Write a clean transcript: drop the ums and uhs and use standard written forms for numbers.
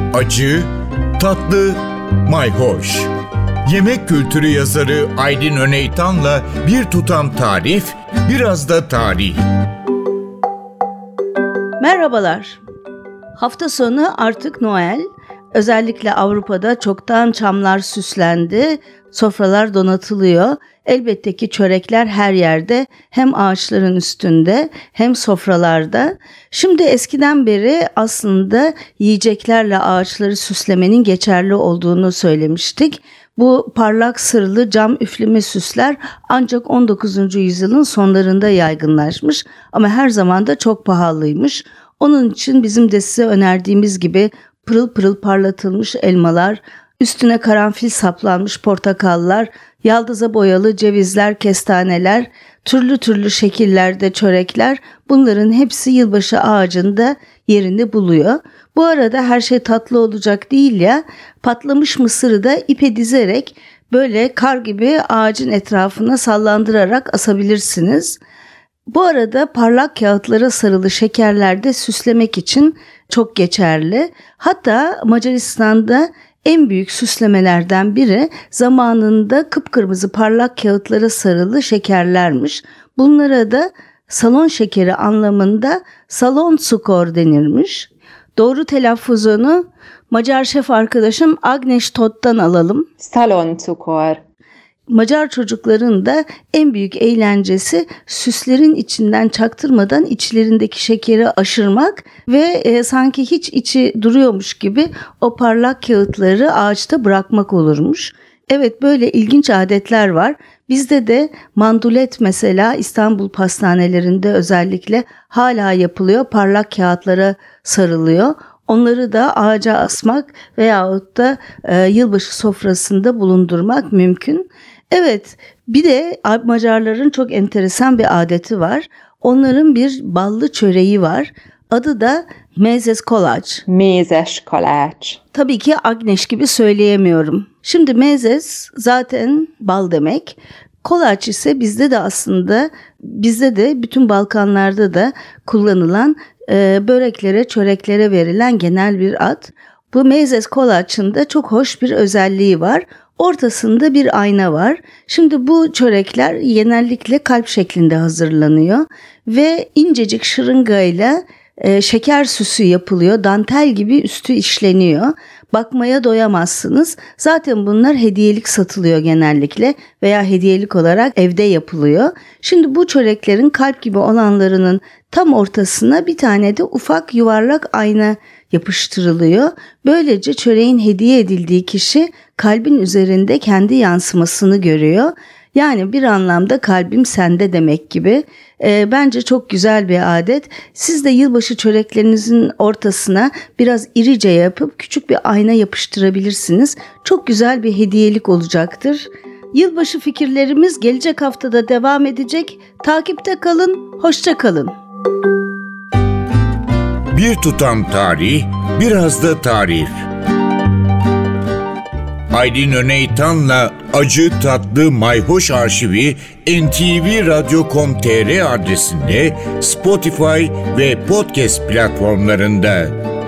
acı, tatlı, mayhoş. Yemek kültürü yazarı Aydin Öneytan'la bir tutam tarif, biraz da tarih. Merhabalar. Hafta sonu artık Noel. Özellikle Avrupa'da çoktan çamlar süslendi, sofralar donatılıyor. Elbette ki çörekler her yerde, hem ağaçların üstünde hem sofralarda. Şimdi eskiden beri aslında yiyeceklerle ağaçları süslemenin geçerli olduğunu söylemiştik. Bu parlak sırlı cam üfleme süsler ancak 19. yüzyılın sonlarında yaygınlaşmış ama her zaman da çok pahalıymış. Onun için bizim de size önerdiğimiz gibi pırıl pırıl parlatılmış elmalar, üstüne karanfil saplanmış portakallar, yaldıza boyalı cevizler, kestaneler, türlü türlü şekillerde çörekler, bunların hepsi yılbaşı ağacında yerini buluyor. Bu arada her şey tatlı olacak değil ya, patlamış mısırı da ipe dizerek böyle kar gibi ağacın etrafına sallandırarak asabilirsiniz. Bu arada parlak kağıtlara sarılı şekerler de süslemek için çok geçerli. Hatta Macaristan'da en büyük süslemelerden biri zamanında kıpkırmızı parlak kağıtlara sarılı şekerlermiş. Bunlara da salon şekeri anlamında saloncukkor denirmiş. Doğru telaffuzunu Macar şef arkadaşım Agnes Todd'dan alalım. Saloncukkor. Macar çocukların da en büyük eğlencesi süslerin içinden çaktırmadan içlerindeki şekeri aşırmak ve sanki hiç içi duruyormuş gibi o parlak kağıtları ağaçta bırakmak olurmuş. Evet, böyle ilginç adetler var. Bizde de mandulet mesela İstanbul pastanelerinde özellikle hala yapılıyor. Parlak kağıtlara sarılıyor. Onları da ağaca asmak veyahut da yılbaşı sofrasında bulundurmak mümkün. Evet, bir de Macarların çok enteresan bir adeti var. Onların bir ballı çöreği var. Adı da mézes kolács. Mézes kalács. Tabii ki Agnes gibi söyleyemiyorum. Şimdi mézes zaten bal demek. Kolács ise bizde de bütün Balkanlarda da kullanılan böreklere, çöreklere verilen genel bir ad. Bu mézes kolács'ın da çok hoş bir özelliği var. Ortasında bir ayna var. Şimdi bu çörekler genellikle kalp şeklinde hazırlanıyor ve incecik şırıngayla şeker süsü yapılıyor. Dantel gibi üstü işleniyor. Bakmaya doyamazsınız. Zaten bunlar hediyelik satılıyor genellikle veya hediyelik olarak evde yapılıyor. Şimdi bu çöreklerin kalp gibi olanlarının tam ortasına bir tane de ufak yuvarlak ayna yapıştırılıyor. Böylece çöreğin hediye edildiği kişi kalbin üzerinde kendi yansımasını görüyor. Yani bir anlamda kalbim sende demek gibi. Bence çok güzel bir adet. Siz de yılbaşı çöreklerinizin ortasına biraz irice yapıp küçük bir ayna yapıştırabilirsiniz. Çok güzel bir hediyelik olacaktır. Yılbaşı fikirlerimiz gelecek haftada devam edecek. Takipte kalın, hoşça kalın. Bir tutam tarih, biraz da tarif. Aydin Öneytan'la acı tatlı mayhoş arşivi ntvradio.com.tr adresinde, Spotify ve podcast platformlarında.